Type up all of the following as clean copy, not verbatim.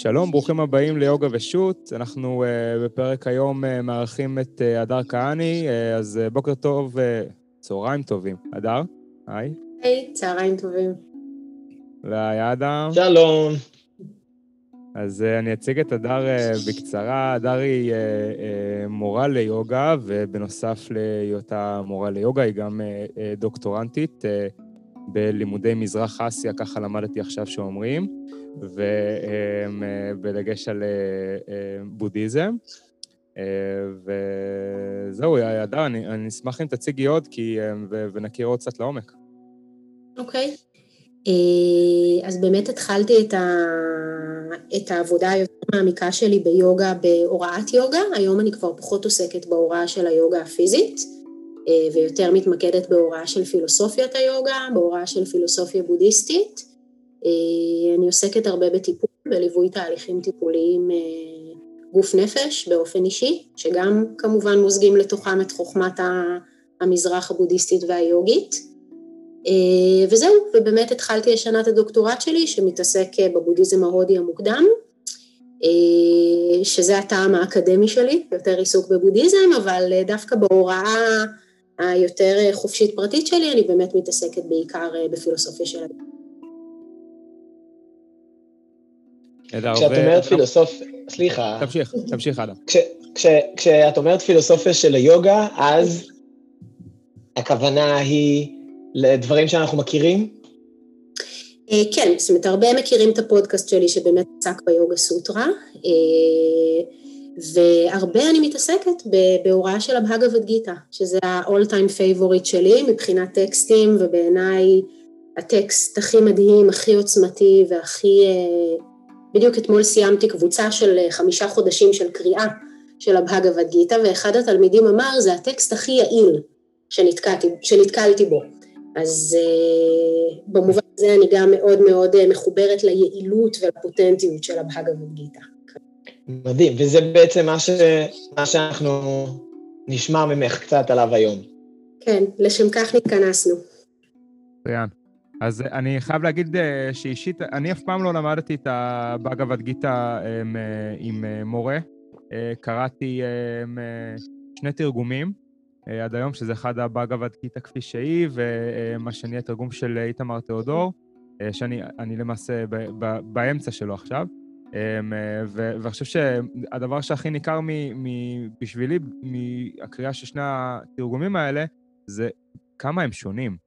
שלום, ברוכים הבאים ליוגה ושות. אנחנו בפרק היום מארחים את הדר כהני, אז בוקר טוב, צהריים טובים. הדר, היי. היי, צהריים טובים. והי אדם. שלום. אז אני אציג את הדר בקצרה. הדר היא מורה ליוגה, ובנוסף להיותה מורה ליוגה, היא גם דוקטורנטית בלימודי מזרח אסיה, ככה למדתי עכשיו שאומרים. ובדגש על בודהיזם. וזהו, הדר, אני אשמח אם תציגי עוד, ונכיר עוד קצת לעומק. אוקיי. אז באמת התחלתי את העבודה היותר מעמיקה שלי ביוגה, בהוראת יוגה. היום אני כבר פחות עוסקת בהוראה של היוגה הפיזית, ויותר מתמקדת בהוראה של פילוסופיית היוגה, בהוראה של פילוסופיה בודהיסטית. אני עוסקת הרבה בטיפול, בליווי תהליכים טיפוליים גוף נפש באופן אישי, שגם כמובן מוזגים לתוכם את חוכמת המזרח הבודהיסטית והיוגית. וזהו, ובאמת התחלתי השנה את הדוקטורט שלי, שמתעסק בבודהיזם ההודי המוקדם, שזה הטעם האקדמי שלי, יותר עיסוק בבודהיזם, אבל דווקא בהוראה היותר חופשית פרטית שלי, אני באמת מתעסקת בעיקר בפילוסופיה של היוגה. כשאת אומרת פילוסופיה, סליחה. תמשיך אדם. כשאת אומרת פילוסופיה של היוגה, אז הכוונה היא לדברים שאנחנו מכירים? כן, זאת אומרת, הרבה מכירים את הפודקאסט שלי שבאמת עסק ביוגה סוטרה, והרבה אני מתעסקת בהוראה של הבהגavad גיטה, שזה ה-all time favorite שלי מבחינת טקסטים, ובעיניי הטקסט הכי מדהים, הכי עוצמתי והכי... בדיוק אתמול סיימתי קבוצה של 5 חודשים של קריאה של הבהגavad גיטה, ואחד התלמידים אמר, זה הטקסט הכי יעיל שנתקלתי בו. אז במובן הזה אני גם מאוד מאוד מחוברת ליעילות ולפוטנטיות של הבהגavad גיטה. מדהים, וזה בעצם מה שאנחנו נשמע ממך קצת עליו היום. כן, לשם כך נתכנסנו. ריאן. אז אני חייב להגיד שאישית, אני אף פעם לא למדתי את הבהגavad גיטה עם מורה. קראתי 2 תרגומים עד היום, שזה אחד הבהגavad גיטה כפי שהיא, ומה שני התרגום של איתמר תיאודור, שאני למעשה באמצע שלו עכשיו. ואני חושב שהדבר שהכי ניכר בשבילי, מהקריאה של 2 התרגומים האלה, זה כמה הם שונים.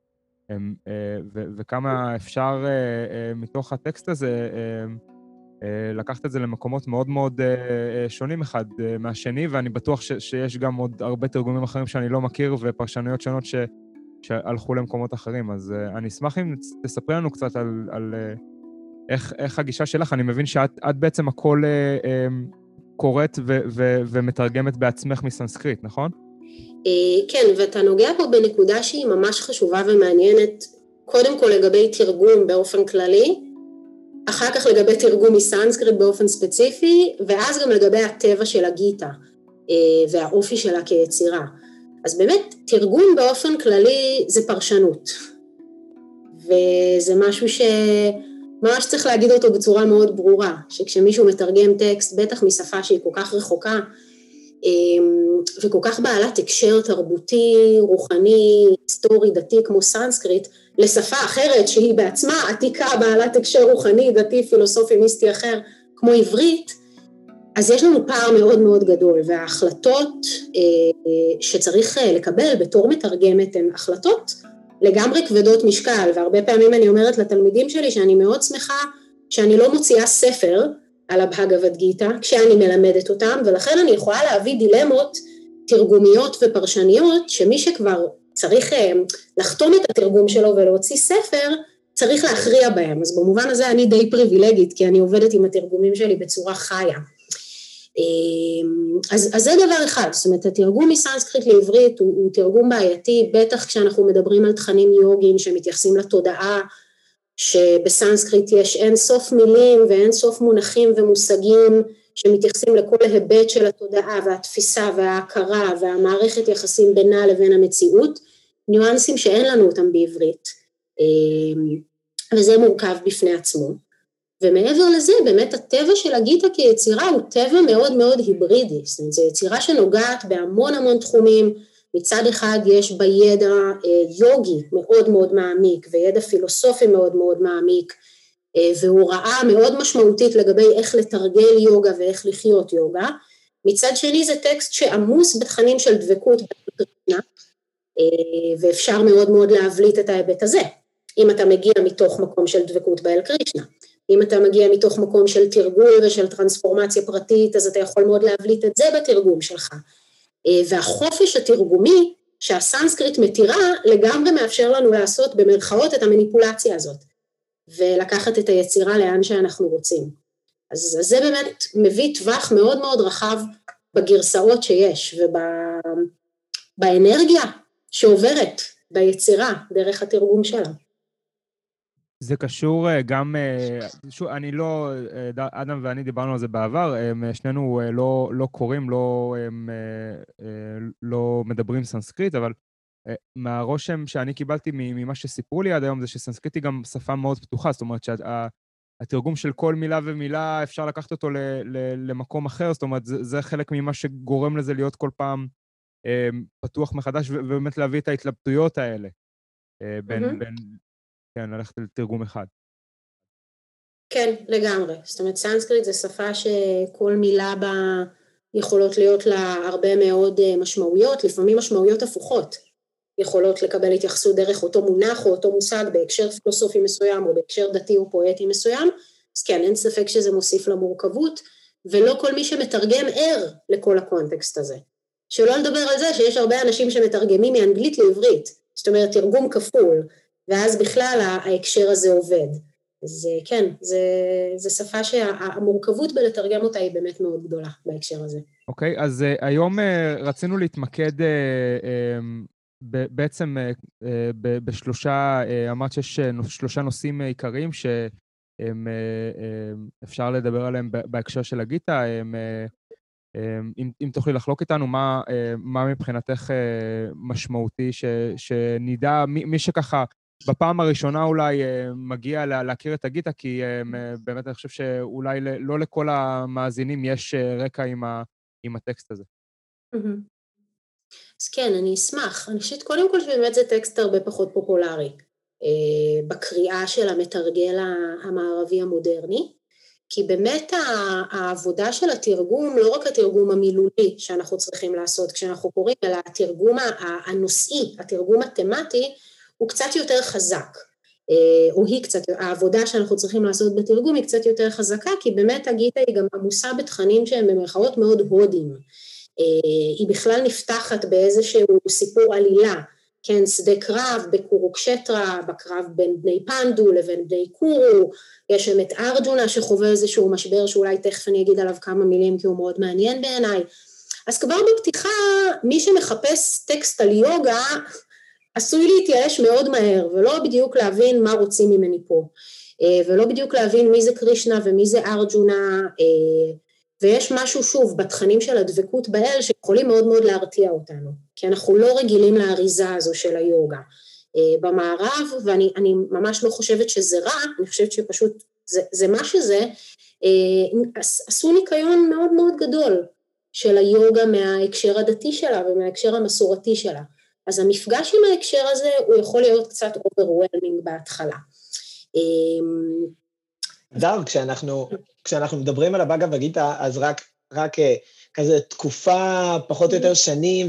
וכמה אפשר מתוך הטקסט הזה לקחת את זה למקומות מאוד מאוד שונים אחד מהשני, ואני בטוח שיש גם עוד הרבה תרגומים אחרים שאני לא מכיר, ופרשנויות שונות שהלכו למקומות אחרים. אז אני אשמח אם תספרי לנו קצת על איך הגישה שלך. אני מבין שאת בעצם הכל קוראת ומתרגמת בעצמך מסנסקריט, נכון? כן, ואתה נוגע פה בנקודה שהיא ממש חשובה ומעניינת, קודם כל לגבי תרגום באופן כללי, אחר כך לגבי תרגום מסנסקריט באופן ספציפי, ואז גם לגבי הטבע של הגיטה והאופי שלה כיצירה. אז באמת, תרגום באופן כללי זה פרשנות, וזה משהו שממש צריך להגיד אותו בצורה מאוד ברורה, שכשמישהו מתרגם טקסט, בטח משפה שהיא כל כך רחוקה, וכל כך בעלת הקשר תרבותי, רוחני, היסטורי, דתי כמו סנסקריט, לשפה אחרת שהיא בעצמה עתיקה, בעלת הקשר רוחני, דתי, פילוסופי, מיסטי אחר, כמו עברית, אז יש לנו פער מאוד מאוד גדול, וההחלטות שצריך לקבל בתור מתרגמת הן החלטות לגמרי כבדות משקל, והרבה פעמים אני אומרת לתלמידים שלי שאני מאוד שמחה שאני לא מוציאה ספר על הבהגavad גיטה כשאני מלמדת אותם, ולכן אני יכולה להביא דילמות תרגומיות ופרשניות, שמי שכבר צריך לחתום את התרגום שלו ולהוציא ספר, צריך להכריע בהם. אז במובן הזה אני די פריבילגית, כי אני עובדת עם התרגומים שלי בצורה חיה. אז זה דבר אחד, זאת אומרת, התרגום מסנסקריט לעברית הוא תרגום בעייתי, בטח כשאנחנו מדברים על תכנים יוגיים שמתייחסים לתודעה, שבסנסקריט יש אין סוף מילים ואין סוף מונחים ומושגים שמתייחסים לכל ההיבט של התודעה והתפיסה וההכרה והמערכת יחסים בינה לבין המציאות, ניואנסים שאין לנו אותם בעברית, וזה מורכב בפני עצמו. ומעבר לזה, באמת הטבע של הגיטה כיצירה הוא טבע מאוד מאוד היברידי, זאת אומרת, זו יצירה שנוגעת בהמון המון תחומים, מצד אחד יש בה ידע יוגי מאוד מאוד מעמיק, וידע פילוסופי מאוד מאוד מעמיק, והוראה מאוד משמעותית לגבי איך לתרגל יוגה ואיך לחיות יוגה, מצד שני זה טקסט שעמוס בתכנים של דבקות בקרינה, ואפשר מאוד מאוד להבליט את ההיבט הזה, אם אתה מגיע מתוך מקום של דבקות באל קרישנה, אם אתה מגיע מתוך מקום של תרגול ושל טרנספורמציה פרטית, אז אתה יכול מאוד להבליט את זה בתרגום שלך, והחופש התרגומי שהסנסקריט מתירה לגמרי מאפשר לנו לעשות במרכאות את המניפולציה הזאת, ולקחת את היצירה לאן שאנחנו רוצים. אז זה באמת מביא טווח מאוד מאוד רחב בגרסאות שיש, ובאנרגיה שעוברת ביצירה דרך התרגום שלה. זה קשור גם, אני לא, אדם ואני דיברנו על זה בעבר, שנינו לא קוראים, לא מדברים סנסקריט, אבל מהרושם שאני קיבלתי ממה שסיפרו לי עד היום, זה שסנסקריט היא גם שפה מאוד פתוחה, זאת אומרת שהתרגום של כל מילה ומילה אפשר לקחת אותו למקום אחר, זאת אומרת זה חלק ממה שגורם לזה להיות כל פעם פתוח מחדש, ובאמת להביא את ההתלבטויות האלה, כן, ללכת לתרגום אחד. כן, לגמרי. זאת אומרת, סנסקריט זה שפה שכל מילה בה יכולות להיות לה הרבה מאוד משמעויות, לפעמים משמעויות הפוכות. יכולות לקבל התייחסות דרך אותו מונח או אותו מושג בהקשר פילוסופי מסוים או בהקשר דתי או פואטי מסוים, אז כן, אין ספק שזה מוסיף למורכבות, ולא כל מי שמתרגם ער לכל הקונטקסט הזה. שלא לדבר על זה שיש הרבה אנשים שמתרגמים מאנגלית לעברית, זאת אומרת, תרגום כפול, ואז בכלל ההקשר הזה עובד. אז כן, זה שפה שהמורכבות בלתרגם אותה היא באמת מאוד גדולה בהקשר הזה. אוקיי, אז היום רצינו להתמקד בעצם בשלושה, אמרת שיש שלושה נושאים עיקריים שאפשר לדבר עליהם בהקשר של הגיטה, אם תוכלי לחלוק איתנו, מה מבחינתך משמעותי שנדע, מי שככה בפעם הראשונה אולי מגיע להכיר את הגיטה, כי באמת אני חושב שאולי לא לכל המאזינים יש רקע עם הטקסט הזה. אז כן, אני אשמח. אני חושבת קודם כל שבאמת זה טקסט הרבה פחות פופולרי, בקריאה של המתרגל המערבי המודרני, כי באמת העבודה של התרגום, לא רק התרגום המילולי שאנחנו צריכים לעשות כשאנחנו קוראים, אלא התרגום הנושאי, התרגום התמטי, הוא קצת יותר חזק, או העבודה שאנחנו צריכים לעשות בתרגום היא קצת יותר חזקה, כי באמת הגיטה היא גם עמוסה בתכנים שהם במרכאות מאוד הודיים, היא בכלל נפתחת באיזשהו סיפור עלילה, כן, שדה קרב בקורוקשטרה, בקרב בין בני פנדו לבין בני קורו, יש שם את ארג'ונה שחווה איזשהו משבר שאולי תכף אני אגיד עליו כמה מילים כי הוא מאוד מעניין בעיניי, אז כבר בפתיחה מי שמחפש טקסט על יוגה עשוי להתייאש מאוד מהר ולא בדיוק להבין מה רוצים ממני פה, ולא בדיוק להבין מי זה קרישנה ומי זה ארג'ונה, ויש משהו שוב בתכנים של הדבקות באל שיכולים מאוד מאוד להרתיע אותנו, כי אנחנו לא רגילים לאריזה הזו של היוגה במערב, ואני ממש לא חושבת שזה רע, אני חושבת שפשוט זה מה שזה, עשו ניקיון מאוד מאוד גדול של היוגה מההקשר הדתי שלה ומההקשר המסורתי שלה, אז המפגש עם ההקשר הזה הוא יכול להיות קצת overwhelming בהתחלה. דר, כשאנחנו מדברים על הבאגבד גיטה, אז רק כזה תקופה פחות או יותר שנים,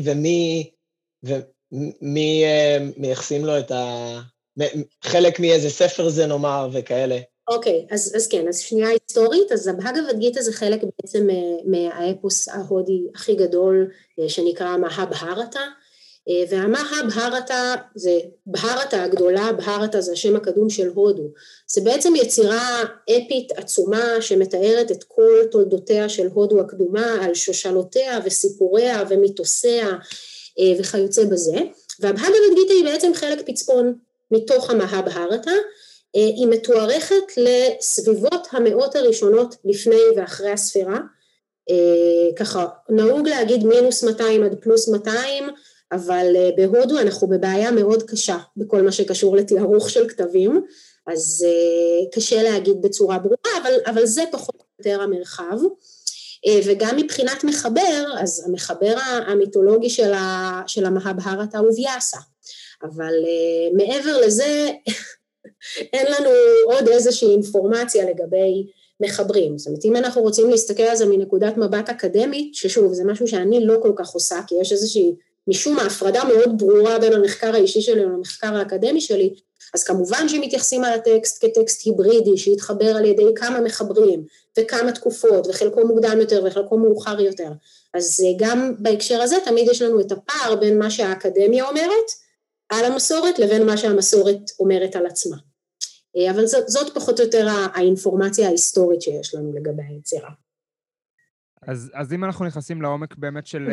ומי מייחסים לו את חלק מאיזה ספר זה נאמר וכאלה. אוקיי, אז כן, אז שנייה היסטורית, אז הבאגבד גיטה זה חלק בעצם מהאפוס ההודי הכי גדול, שנקרא מהבהרתה, והמהבהרתה זה בהרתה הגדולה, בהרתה זה השם הקדום של הודו, זה בעצם יצירה אפית עצומה שמתארת את כל תולדותיה של הודו הקדומה, על שושלותיה וסיפוריה ומיתוסיה וכיוצא בזה, והבאגבד גיטה היא בעצם חלק פצפון מתוך המהבהרתה, היא מתוארכת לסביבות המאות הראשונות לפני ואחרי הספירה, ככה נהוג להגיד מינוס 200 עד פלוס 200, אבל בהודו אנחנו בבעיה מאוד קשה בכל מה שקשור לתיארוך של כתבים, אז קשה להגיד בצורה ברורה, אבל זה פחות או יותר המרחב. וגם מבחינת מחבר, אז המחבר המיתולוגי של המהבהרתה הוא ויאסה, אבל מעבר לזה אין לנו עוד איזושהי אינפורמציה לגבי מחברים. זאת אומרת, אם אנחנו רוצים להסתכל על זה מנקודת מבט אקדמית, ששוב, זה משהו שאני לא כל כך עושה, כי יש איזושהי משום ההפרדה מאוד ברורה בין המחקר האישי שלי למחקר האקדמי שלי, אז כמובן שמתייחסים על הטקסט כטקסט היברידי, שהתחבר על ידי כמה מחברים, וכמה תקופות, וחלקו מוקדם יותר, וחלקו מאוחר יותר. אז גם בהקשר הזה, תמיד יש לנו את הפער בין מה שהאקדמיה אומרת על המסורת, לבין מה שהמסורת אומרת על עצמה. אבל זאת פחות או יותר האינפורמציה ההיסטורית שיש לנו לגבי היצירה. אז אם אנחנו נכנסים לעומק באמת של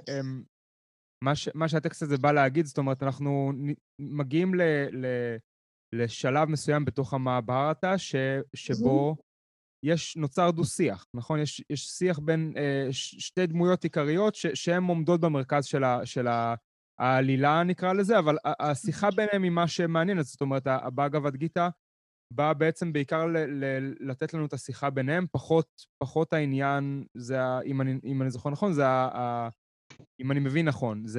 מה שהטקסט הזה בא להגיד, זאת אומרת, אנחנו מגיעים לשלב מסוים בתוך המהבהרתה, שבו נוצר דו-שיח, נכון? יש שיח בין שתי דמויות עיקריות שהן עומדות במרכז של העלילה, נקרא לזה, אבל השיחה ביניהם היא מה שמעניין, זאת אומרת, הבאגבד גיטה בא בעצם בעיקר לתת לנו את השיחה ביניהם, פחות העניין, זה, אם אני זוכר נכון, זה אם אני מבין נכון, זה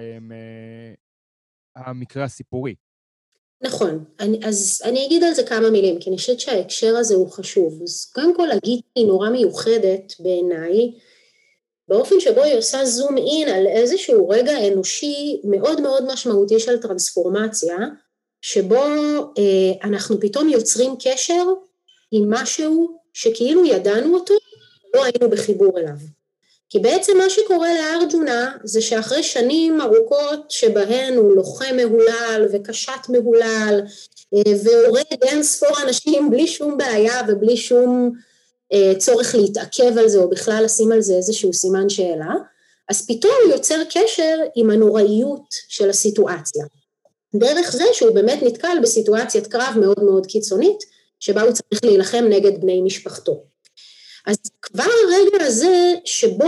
המקרה הסיפורי. נכון, אז אני אגיד על זה כמה מילים, כי אני חושבת שההקשר הזה הוא חשוב. אז קודם כל, הגיטה היא נורא מיוחדת בעיניי, באופן שבו היא עושה זום אין על איזשהו רגע אנושי מאוד מאוד משמעותי של טרנספורמציה, שבו אנחנו פתאום יוצרים קשר עם משהו שכאילו ידענו אותו, לא היינו בחיבור אליו. כי בעצם מה שקורה לארג'ונה זה שאחרי שנים ארוכות שבהן הוא לוחם מהולל וקשת מהולל והורג אין ספור אנשים בלי שום בעיה ובלי שום צורך להתעכב על זה או בכלל לשים על זה איזשהו סימן שאלה, אז פתאום הוא יוצר קשר עם הנוראיות של הסיטואציה. דרך זה שהוא באמת נתקל בסיטואציית קרב מאוד מאוד קיצונית, שבה הוא צריך להילחם נגד בני משפחתו. אז כבר הרגע הזה שבו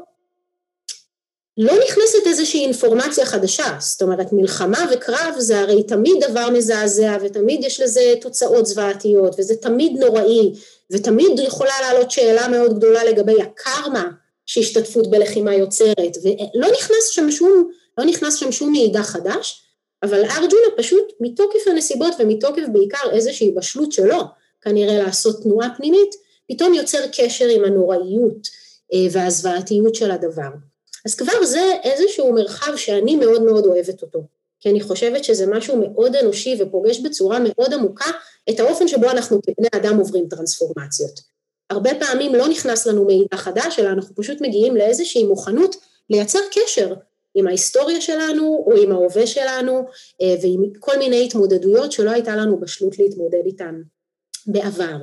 לא נכנסת איזושהי אינפורמציה חדשה, זאת אומרת מלחמה וקרב זה הרי תמיד דבר מזעזע ותמיד יש לזה תוצאות זוועתיות וזה תמיד נוראי ותמיד יכולה לעלות שאלה מאוד גדולה לגבי הקרמה שהשתתפות בלחימה יוצרת ולא נכנס שם שום מידע חדש, אבל ארג'ונה פשוט מתוקף הנסיבות ומתוקף בעיקר איזושהי בשלות שלו כנראה לעשות תנועה פנימית, פתאום יוצר קשר עם הנוראיות והזוועתיות של הדבר. אז כבר זה איזשהו מרחב שאני מאוד מאוד אוהבת אותו, כי אני חושבת שזה משהו מאוד אנושי ופוגש בצורה מאוד עמוקה את האופן שבו אנחנו כבני אדם עוברים טרנספורמציות. הרבה פעמים לא נכנס לנו מידע חדש, אלא אנחנו פשוט מגיעים לאיזושהי מוכנות לייצר קשר עם ההיסטוריה שלנו או עם ההווה שלנו, ועם כל מיני התמודדויות שלא הייתה לנו בשלות להתמודד איתן בעבר.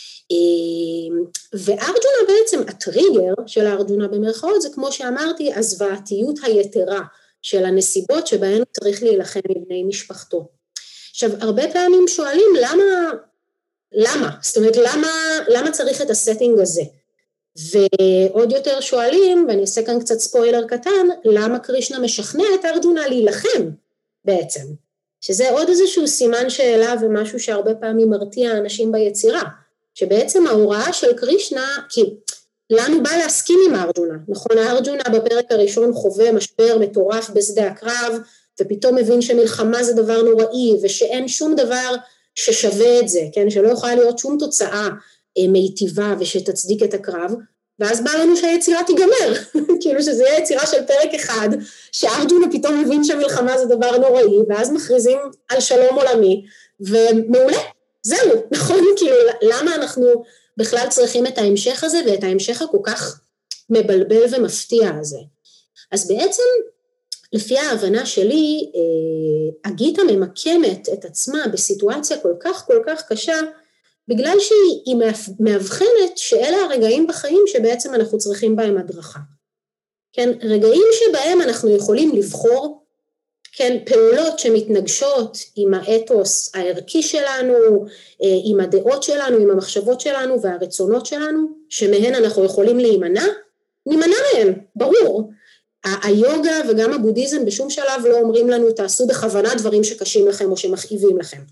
וארג'ונה בעצם, הטריגר של ארג'ונה במרכאות, זה כמו שאמרתי, הזוועתיות היתרה של הנסיבות שבהן הוא צריך להילחם עם בני משפחתו. עכשיו, הרבה פעמים שואלים למה? זאת אומרת, למה צריך את הסטינג הזה? ועוד יותר שואלים, ואני אעשה כאן קצת ספוילר קטן, למה קרישנה משכנע את ארג'ונה להילחם בעצם? שזה עוד איזשהו סימן שאלה ומשהו שהרבה פעמים מרתיע אנשים ביצירה. שבעצם ההוראה של קרישנה, כי לנו בא להסכים עם ארג'ונה, נכון, ארג'ונה בפרק הראשון חווה משבר מטורף בשדה הקרב, ופתאום מבין שמלחמה זה דבר נוראי, ושאין שום דבר ששווה את זה, כן, שלא יכולה להיות שום תוצאה מיטיבה ושתצדיק את הקרב, ואז בא לנו שהיצירה תיגמר, כאילו שזה יהיה יצירה של פרק אחד, שארג'ונה פתאום מבין שמלחמה זה דבר נוראי, ואז מכריזים על שלום עולמי, ומעולה. זהו, נכון? כאילו, למה אנחנו בכלל צריכים את ההמשך הזה, ואת ההמשך הכל כך מבלבל ומפתיע הזה? אז בעצם, לפי ההבנה שלי, הגיטה ממקמת את עצמה בסיטואציה כל כך קשה, בגלל שהיא מאבחנת שאלה הרגעים בחיים שבעצם אנחנו צריכים בהם הדרכה. כן, רגעים שבהם אנחנו יכולים לבחור, כן, פעולות שמתנגשות עם האתוס הערכי שלנו, עם הדעות שלנו, עם המחשבות שלנו והרצונות שלנו, שמהן אנחנו יכולים נימנע מהן, ברור. היוגה וגם הבודהיזם בשום שלב לא אומרים לנו, תעשו בכוונה דברים שקשים לכם או שמכאיבים לכם.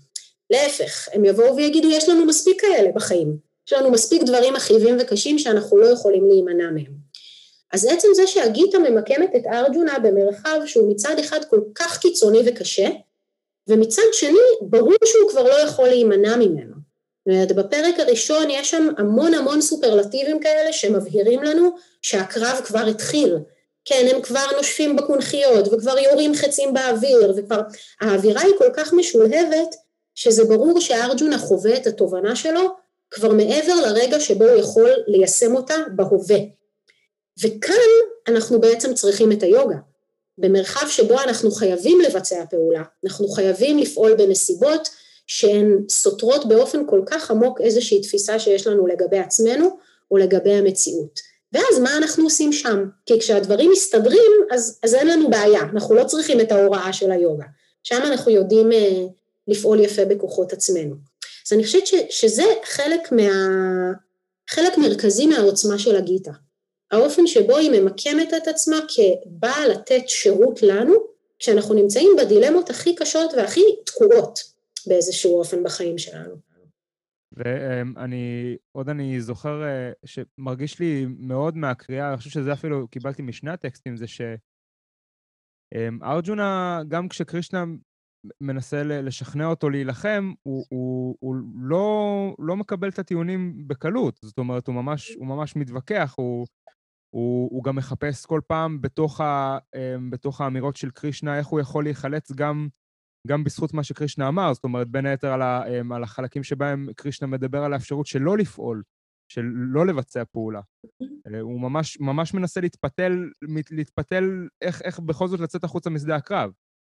להפך, הם יבואו ויגידו, יש לנו מספיק כאלה בחיים, יש לנו מספיק דברים מכאיבים וקשים שאנחנו לא יכולים להימנע מהם. אז עצם זה שהגיטה ממקמת את ארג'ונה במרחב שהוא מצד אחד כל כך קיצוני וקשה, ומצד שני ברור שהוא כבר לא יכול להימנע ממנו. זאת אומרת, בפרק הראשון יש שם המון סופרלטיבים כאלה שמבהירים לנו שהקרב כבר התחיל. כן, הם כבר נושפים בקונכיות וכבר יורים חצים באוויר, וכבר האווירה היא כל כך משולהבת, שזה ברור שארג'ונה חווה את התובנה שלו כבר מעבר לרגע שבו הוא יכול ליישם אותה בהווה. וכאן אנחנו בעצם צריכים את היוגה. במרחב שבו אנחנו חייבים לבצע פעולה, אנחנו חייבים לפעול בנסיבות שהן סותרות באופן כל כך עמוק איזושהי תפיסה שיש לנו לגבי עצמנו או לגבי המציאות. ואז מה אנחנו עושים שם? כי כשהדברים מסתדרים, אז אין לנו בעיה, אנחנו לא צריכים את ההוראה של היוגה. שם אנחנו יודעים לפעול יפה בכוחות עצמנו. אז אני חושבת שזה חלק מרכזי מהעוצמה של הגיטה. האופן שבו היא ממקמת את עצמה כבאה לתת שירות לנו, כשאנחנו נמצאים בדילמות הכי קשות והכי תקועות באיזשהו אופן בחיים שלנו. אני זוכר שמרגיש לי מאוד מהקריאה, אני חושב שזה אפילו קיבלתי משני הטקסטים, זה שארג'ונה, גם כשקרישנה מנסה לשכנע אותו להילחם, הוא לא מקבל את הטיעונים בקלות, זאת אומרת, הוא ממש מתווכח, הוא גם מחפש כל פעם בתוך האמירות של קרישנה, איך הוא יכול להיחלץ גם בזכות מה שקרישנה אמר, זאת אומרת, בין היתר על החלקים שבהם קרישנה מדבר על האפשרות שלא לפעול, של לא לבצע פעולה. הוא ממש מנסה להתפתל איך בכל זאת לצאת החוצה משדה הקרב.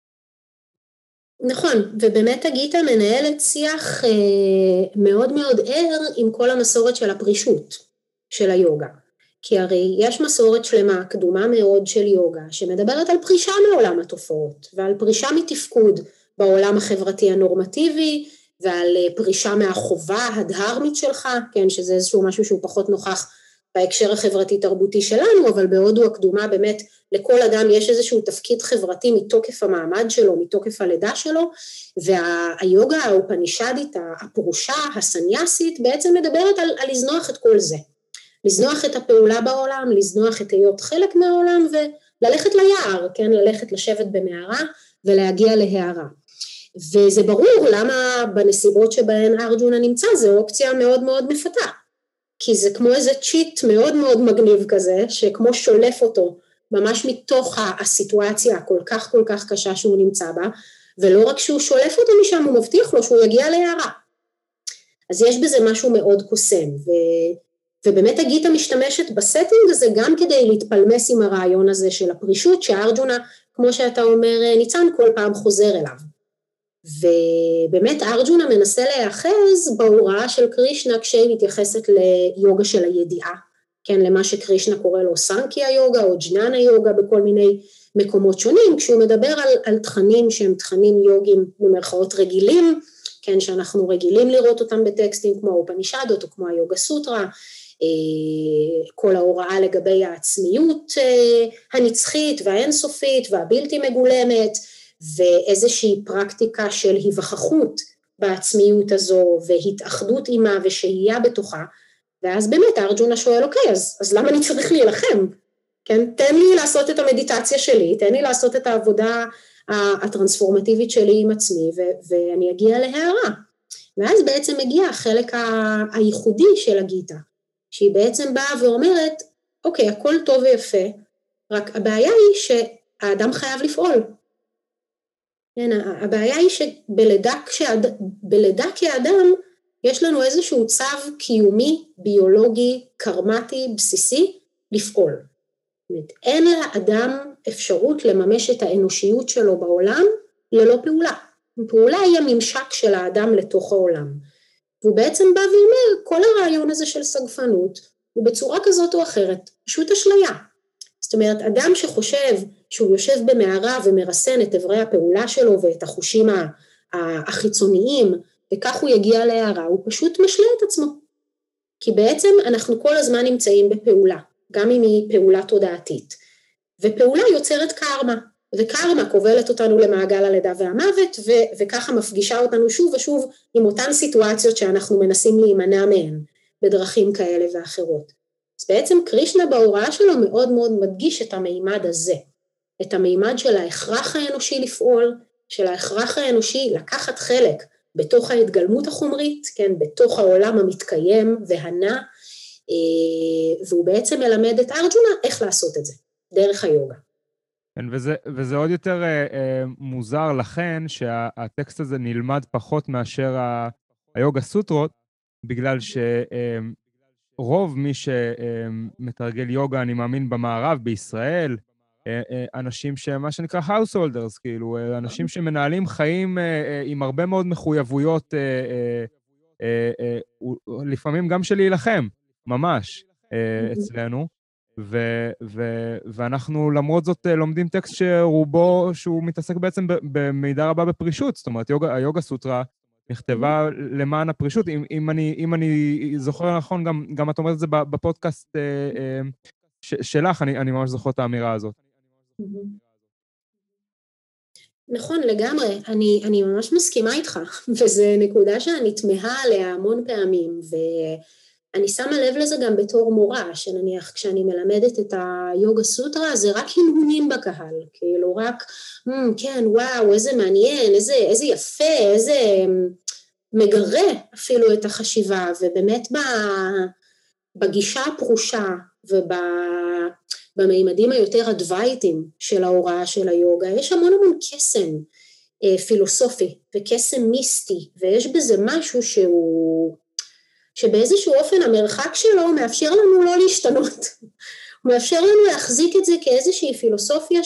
נכון, ובאמת הגיטה מנהלת שיח מאוד מאוד ער עם כל המסורת של הפרישות של היוגה. כי הרי יש מסורת שלמה, קדומה מאוד של יוגה, שמדברת על פרישה מעולם התופעות, ועל פרישה מתפקוד בעולם החברתי הנורמטיבי, ועל פרישה מהחובה הדהרמית שלך, כן, שזה איזשהו משהו שהוא פחות נוכח בהקשר החברתי-תרבותי שלנו, אבל בהודו הקדומה באמת לכל אדם יש איזשהו תפקיד חברתי מתוקף המעמד שלו, מתוקף הלידה שלו, והיוגה האופנישדית, הפרושה, הסניאסית, בעצם מדברת על לזנוח את כל זה. לזנוח את הפעולה בעולם, לזנוח את היות חלק מהעולם, וללכת ליער, כן, ללכת לשבת במערה, ולהגיע להערה. וזה ברור למה בנסיבות שבהן ארג'ונה נמצא, זו אופציה מאוד מאוד מפתה. כי זה כמו איזה צ'יט מאוד מאוד מגניב כזה, שכמו שולף אותו, ממש מתוך הסיטואציה כל כך קשה שהוא נמצא בה, ולא רק שהוא שולף אותו משם, הוא מבטיח לו שהוא יגיע להערה. אז יש בזה משהו מאוד קוסם, ובאמת הגיטה משתמשת בסטינג הזה גם כדי להתפלמס עם הרעיון הזה של הפרישות, שארג'ונה, כמו שאתה אומר, ניצן כל פעם חוזר אליו. ובאמת ארג'ונה מנסה להיאחז בהוראה של קרישנה כשהיא מתייחסת ליוגה של הידיעה, כן, למה שקרישנה קורא לו סנקיה יוגה או ג'ננה יוגה בכל מיני מקומות שונים, כשהוא מדבר על תכנים שהם תכנים יוגיים במרכאות רגילים, כן, שאנחנו רגילים לראות אותם בטקסטים כמו האופנישדות או כמו היוגה סוטרה, כל ההוראה לגבי העצמיות הנצחית והאינסופית והבלתי מגולמת, ואיזושהי פרקטיקה של היווכחות בעצמיות הזו, והתאחדות עימה ושהייה בתוכה, ואז באמת ארג'ונה שואל, אוקיי, אז למה אני צריך להילחם? כן, תן לי לעשות את המדיטציה שלי, תן לי לעשות את העבודה הטרנספורמטיבית שלי עם עצמי, ואני אגיע להערה. ואז בעצם מגיע החלק הייחודי של הגיטה, שהיא בעצם באה ואומרת, אוקיי, הכל טוב ויפה, רק הבעיה היא שהאדם חייב לפעול. כן, הבעיה היא שבלידה כאדם יש לנו איזשהו צו קיומי, ביולוגי, קרמטי, בסיסי, לפעול. זאת אומרת, אין לאדם אפשרות לממש את האנושיות שלו בעולם ללא פעולה. פעולה היא הממשק של האדם לתוך העולם. והוא בעצם בא ואומר, כל הרעיון הזה של סגפנות, הוא בצורה כזאת או אחרת, פשוט אשליה. זאת אומרת, אדם שחושב שהוא יושב במערה ומרסן את עברי הפעולה שלו ואת החושים החיצוניים, וכך הוא יגיע להערה, הוא פשוט משלה את עצמו. כי בעצם אנחנו כל הזמן נמצאים בפעולה, גם אם היא פעולה תודעתית. ופעולה יוצרת קרמה, וקרמה כובלת אותנו למעגל הלידה והמוות, וככה מפגישה אותנו שוב ושוב עם אותן סיטואציות שאנחנו מנסים להימנע מהן, בדרכים כאלה ואחרות. אז בעצם קרישנה בהוראה שלו מאוד מאוד מדגיש את המימד הזה, את המימד של ההכרח האנושי לפעול, של ההכרח האנושי לקחת חלק בתוך ההתגלמות החומרית, כן, בתוך העולם המתקיים והנע, והוא בעצם מלמד את ארג'ונה איך לעשות את זה, דרך היוגה. כן, וזה עוד יותר מוזר לכן שהטקסט הזה נלמד פחות מאשר היוגה סוטרות, בגלל שרוב מי שמתרגל יוגה, אני מאמין במערב, בישראל, אנשים שמה שנקרא householders, כאילו, אנשים שמנהלים חיים עם הרבה מאוד מחויבויות, לפעמים גם של להילחם, ממש, אצלנו. ואנחנו למרות זאת לומדים טקסט שרובו, שהוא מתעסק בעצם במידה רבה בפרישות, זאת אומרת, היוגה סוטרה נכתבה למען הפרישות, אם אני זוכר נכון, גם את אומרת את זה בפודקאסט שלך, אני ממש זוכר את האמירה הזאת. נכון, לגמרי, אני ממש מסכימה איתך, וזו נקודה שאני תמהה עליה המון פעמים, אני שמה לב לזה גם בתור מורה, שנניח כשאני מלמדת את היוגה סוטרה, זה רק הנהונים בקהל, כאילו רק, כן, וואו, איזה מעניין, איזה יפה, איזה מגרה אפילו את החשיבה, ובאמת בגישה הפרושה ובמימדים היותר אדווייטים של ההוראה של היוגה, יש המון המון קסם פילוסופי וקסם מיסטי, ויש בזה משהו שבאיזשהו אופן המרחק שלו מאפשר לנו לא להשתנות, הוא מאפשר לנו להחזיק את זה כאיזושהי פילוסופיה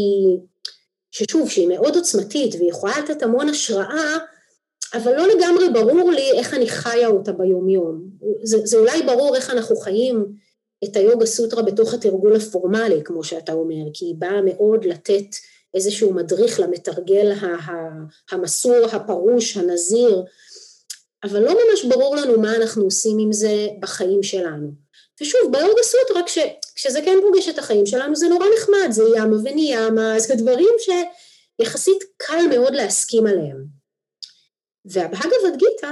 שהיא מאוד עוצמתית, והיא יכולה לתת המון השראה, אבל לא לגמרי ברור לי איך אני חיה אותה ביום-יום. זה אולי ברור איך אנחנו חיים את היוגה סוטרה בתוך התרגול הפורמלי, כמו שאתה אומר, כי היא באה מאוד לתת איזשהו מדריך למתרגל המסור, הפרוש, הנזיר, אבל לא ממש ברור לנו מה אנחנו עושים עם זה בחיים שלנו. ושוב, ביוגה סוטרה, כשזה כן פוגש את החיים שלנו, זה נורא נחמד, זה ימה וניימה, זה דברים שיחסית קל מאוד להסכים עליהם. והבהגavad גיטה,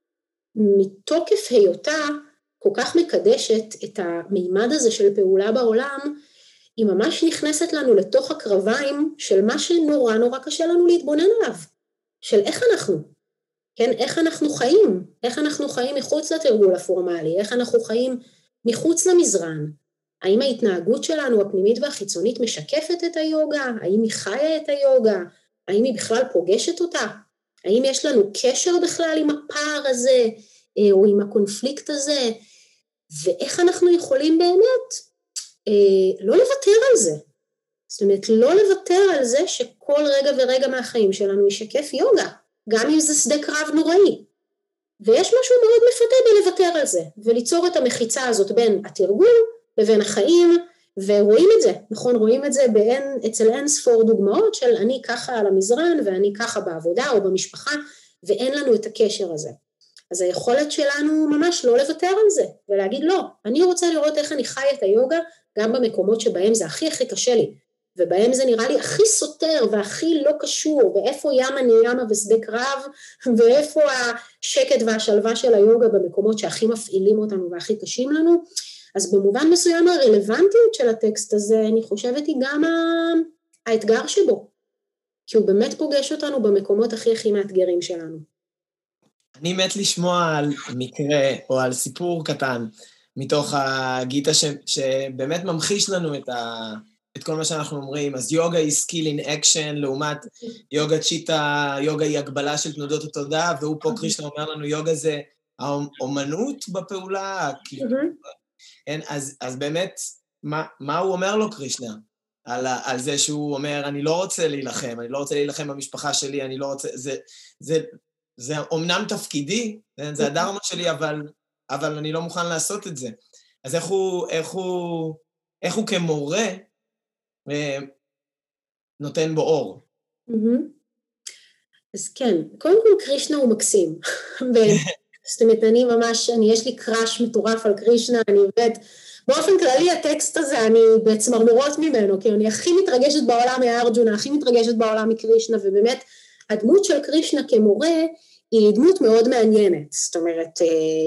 מתוקף היותה כל כך מקדשת את המימד הזה של פעולה בעולם, היא ממש נכנסת לנו לתוך הקרביים של מה שנורא נורא קשה לנו להתבונן עליו, של איך אנחנו, כן, איך אנחנו חיים, איך אנחנו חיים מחוץ לתרגול הפורמלי, איך אנחנו חיים מחוץ למזרן, האם ההתנהגות שלנו הפנימית והחיצונית משקפת את היוגה, האם היא חיה את היוגה, האם היא בכלל פוגשת אותה, האם יש לנו קשר בכלל עם הפער הזה, או עם הקונפליקט הזה, ואיך אנחנו יכולים באמת לא לוותר על זה, זאת אומרת לא לוותר על זה שכל רגע ורגע מהחיים שלנו ישקף יוגה, גם אם זה שדה קרב נוראי, ויש משהו מאוד מפתה בלוותר על זה, וליצור את המחיצה הזאת בין התרגול לבין החיים, ורואים את זה, נכון, רואים את זה אצל אין ספור דוגמאות של אני ככה על המזרן, ואני ככה בעבודה או במשפחה, ואין לנו את הקשר הזה. אז היכולת שלנו ממש לא לוותר על זה, ולהגיד לא, אני רוצה לראות איך אני חי את היוגה, גם במקומות שבהם זה הכי הכי קשה לי, ובהם זה נראה לי הכי סותר והכי לא קשור, ואיפה ימה ניימה ושדה קרב, ואיפה השקט והשלווה של היוגה במקומות שהכי מפעילים אותנו והכי קשים לנו, אז במובן מסוים הרלוונטיות של הטקסט הזה, אני חושבת היא גם האתגר שבו, כי הוא באמת פוגש אותנו במקומות הכי הכי מאתגרים שלנו. אני מת לשמוע על מקרה או על סיפור קטן מתוך הגיטה שבאמת ממחיש לנו את כל מה שאנחנו אומרים. אז יוגה היא skill in action, לעומת יוגה צ'יטה, יוגה היא הגבלה של תנודות התודעה, והוא פה קרישנה אומר לנו, יוגה זה האומנות בפעולה. כן, אז באמת, מה הוא אומר לו קרישנה? על זה שהוא אומר, אני לא רוצה להילחם, אני לא רוצה להילחם במשפחה שלי, אני לא רוצה, זה אומנם תפקידי, זה הדרמה שלי, אבל אני לא מוכן לעשות את זה. אז איך הוא כמורה נותן בו אור? אז כן, קודם כל קרישנה הוא מקסים. זאת אומרת, יש לי קראש מטורף על קרישנה, אני באמת באופן כללי הטקסט הזה אני בצמרמורות ממנו, כי אני הכי מתרגשת בעולם מהארג'ונה, הכי מתרגשת בעולם מקרישנה, ובאמת הדמות של קרישנה כמורה היא דמות מאוד מעניינת, זאת אומרת,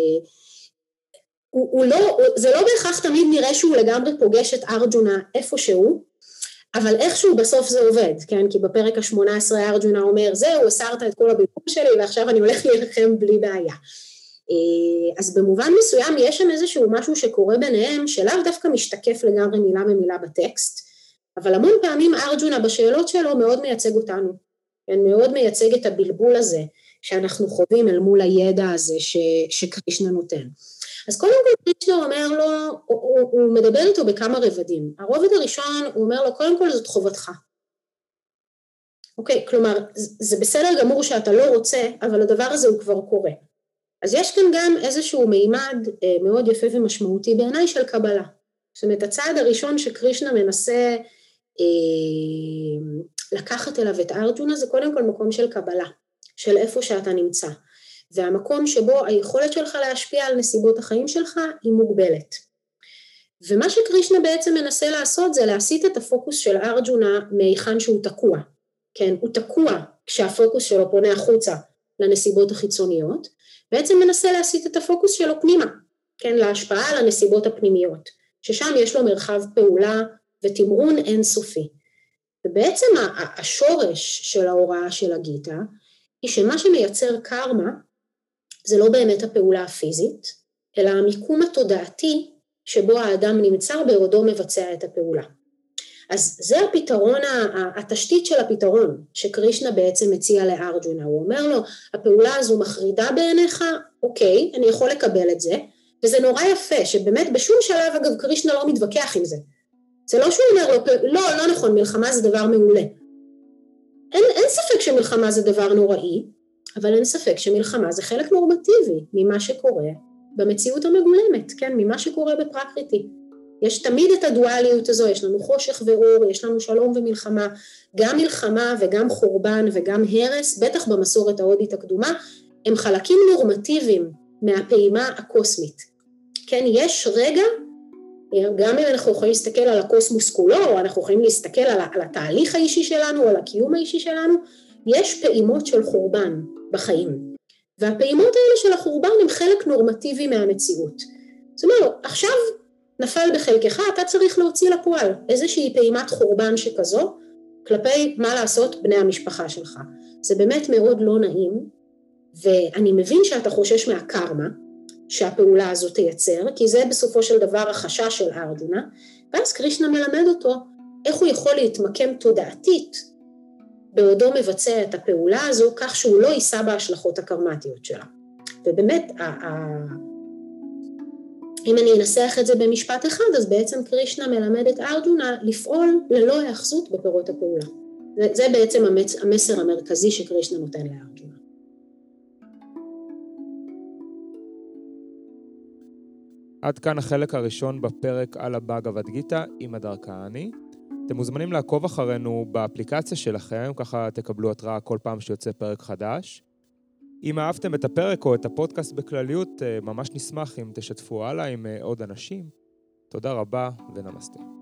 זה לא בהכרח תמיד נראה שהוא לגמרי פוגש את ארג'ונה איפשהו, אבל איכשהו בסוף זה עובד, כן? כי בפרק ה-18 ארג'ונה אומר, זהו, הסרת את כל הבלבול שלי, ועכשיו אני הולך להילחם בלי בעיה. אז במובן מסוים יש שם איזשהו משהו שקורה ביניהם, שלאו דווקא משתקף לגמרי מילה במילה בטקסט, אבל המון פעמים ארג'ונה בשאלות שלו מאוד מייצג אותנו, כן? מאוד מייצג את הבלבול הזה, שאנחנו חווים אל מול הידע הזה שקרישנה נותן. אז קודם כל קרישנה אומר לו, הוא מדבר איתו בכמה רבדים. הרובד הראשון הוא אומר לו, קודם כל זאת חובתך. אוקיי, כלומר, זה בסדר גמור שאתה לא רוצה, אבל הדבר הזה הוא כבר קורה. אז יש כאן גם איזשהו מימד מאוד יפה ומשמעותי בעיניי של קבלה. זאת אומרת, הצעד הראשון שקרישנה מנסה לקחת אליו את ארג'ונה, זה קודם כל מקום של קבלה, של איפה שאתה נמצא. והמקום שבו היכולת שלך להשפיע על נסיבות החיים שלך היא מוגבלת. ומה שקרישנה בעצם מנסה לעשות זה להסיט את הפוקוס של ארג'ונה מהיכן שהוא תקוע. כן, הוא תקוע כשהפוקוס שלו פונה החוצה לנסיבות החיצוניות, בעצם מנסה להסיט את הפוקוס שלו פנימה, כן, להשפעה על הנסיבות הפנימיות, ששם יש לו מרחב פעולה ותמרון אינסופי. ובעצם השורש של ההוראה של הגיטה, היא שמה שמייצר קרמה, זה לא באמת הפעולה הפיזית, אלא המיקום התודעתי שבו האדם נמצא בעודו מבצע את הפעולה. אז זה הפתרון, התשתית של הפתרון שקרישנה בעצם מציע לארג'ונה, הוא אומר לו, הפעולה הזו מחרידה בעיניך, אוקיי, אני יכול לקבל את זה, וזה נורא יפה, שבאמת בשום שלב אגב קרישנה לא מתווכח עם זה. זה לא שהוא אומר לו, לא נכון, מלחמה זה דבר מעולה. אין ספק שמלחמה זה דבר נוראי, אבל אין ספק שמלחמה זה חלק נורמטיבי ממה שקורה במציאות המגולמת, כן, ממה שקורה בפרקריטי. יש תמיד את הדואליות הזו, יש לנו חושך ואור, יש לנו שלום ומלחמה, גם מלחמה וגם חורבן וגם הרס, בטח במסורת ההודית הקדומה, הם חלקים נורמטיביים מהפעימה הקוסמית. כן, יש רגע, גם אם אנחנו יכולים להסתכל על הקוסמוס כולו, או אנחנו יכולים להסתכל על התהליך האישי שלנו, או על הקיום האישי שלנו, יש פעימות של חורבן בחיים. והפעימות האלה של החורבן הם חלק נורמטיבי מהמציאות. זאת אומרת, עכשיו נפל בחלקך, אתה צריך להוציא לפועל איזושהי פעימת חורבן שכזו, כלפי מה לעשות בני המשפחה שלך. זה באמת מאוד לא נעים, ואני מבין שאתה חושש מהקרמה, שהפעולה הזו תייצר, כי זה בסופו של דבר החשש של ארג'ונה, ואז קרישנה מלמד אותו איך הוא יכול להתמקם תודעתית, בעודו מבצע את הפעולה הזו, כך שהוא לא יישא בהשלכות הקרמטיות שלה. ובאמת, אם אני אנסח את זה במשפט אחד, אז בעצם קרישנה מלמד את ארג'ונה לפעול ללא היאחזות בפירות הפעולה. זה בעצם המסר המרכזי שקרישנה נותן לארג'ונה. עד כאן החלק הראשון בפרק על הבאגavad גיטה עם הדר כהני. אתם מוזמנים לעקוב אחרינו באפליקציה שלכם, ככה תקבלו התראה כל פעם שיוצא פרק חדש. אם אהבתם את הפרק או את הפודקאסט בכלליות, ממש נשמח אם תשתפו הלאה עם עוד אנשים. תודה רבה ונמסטה.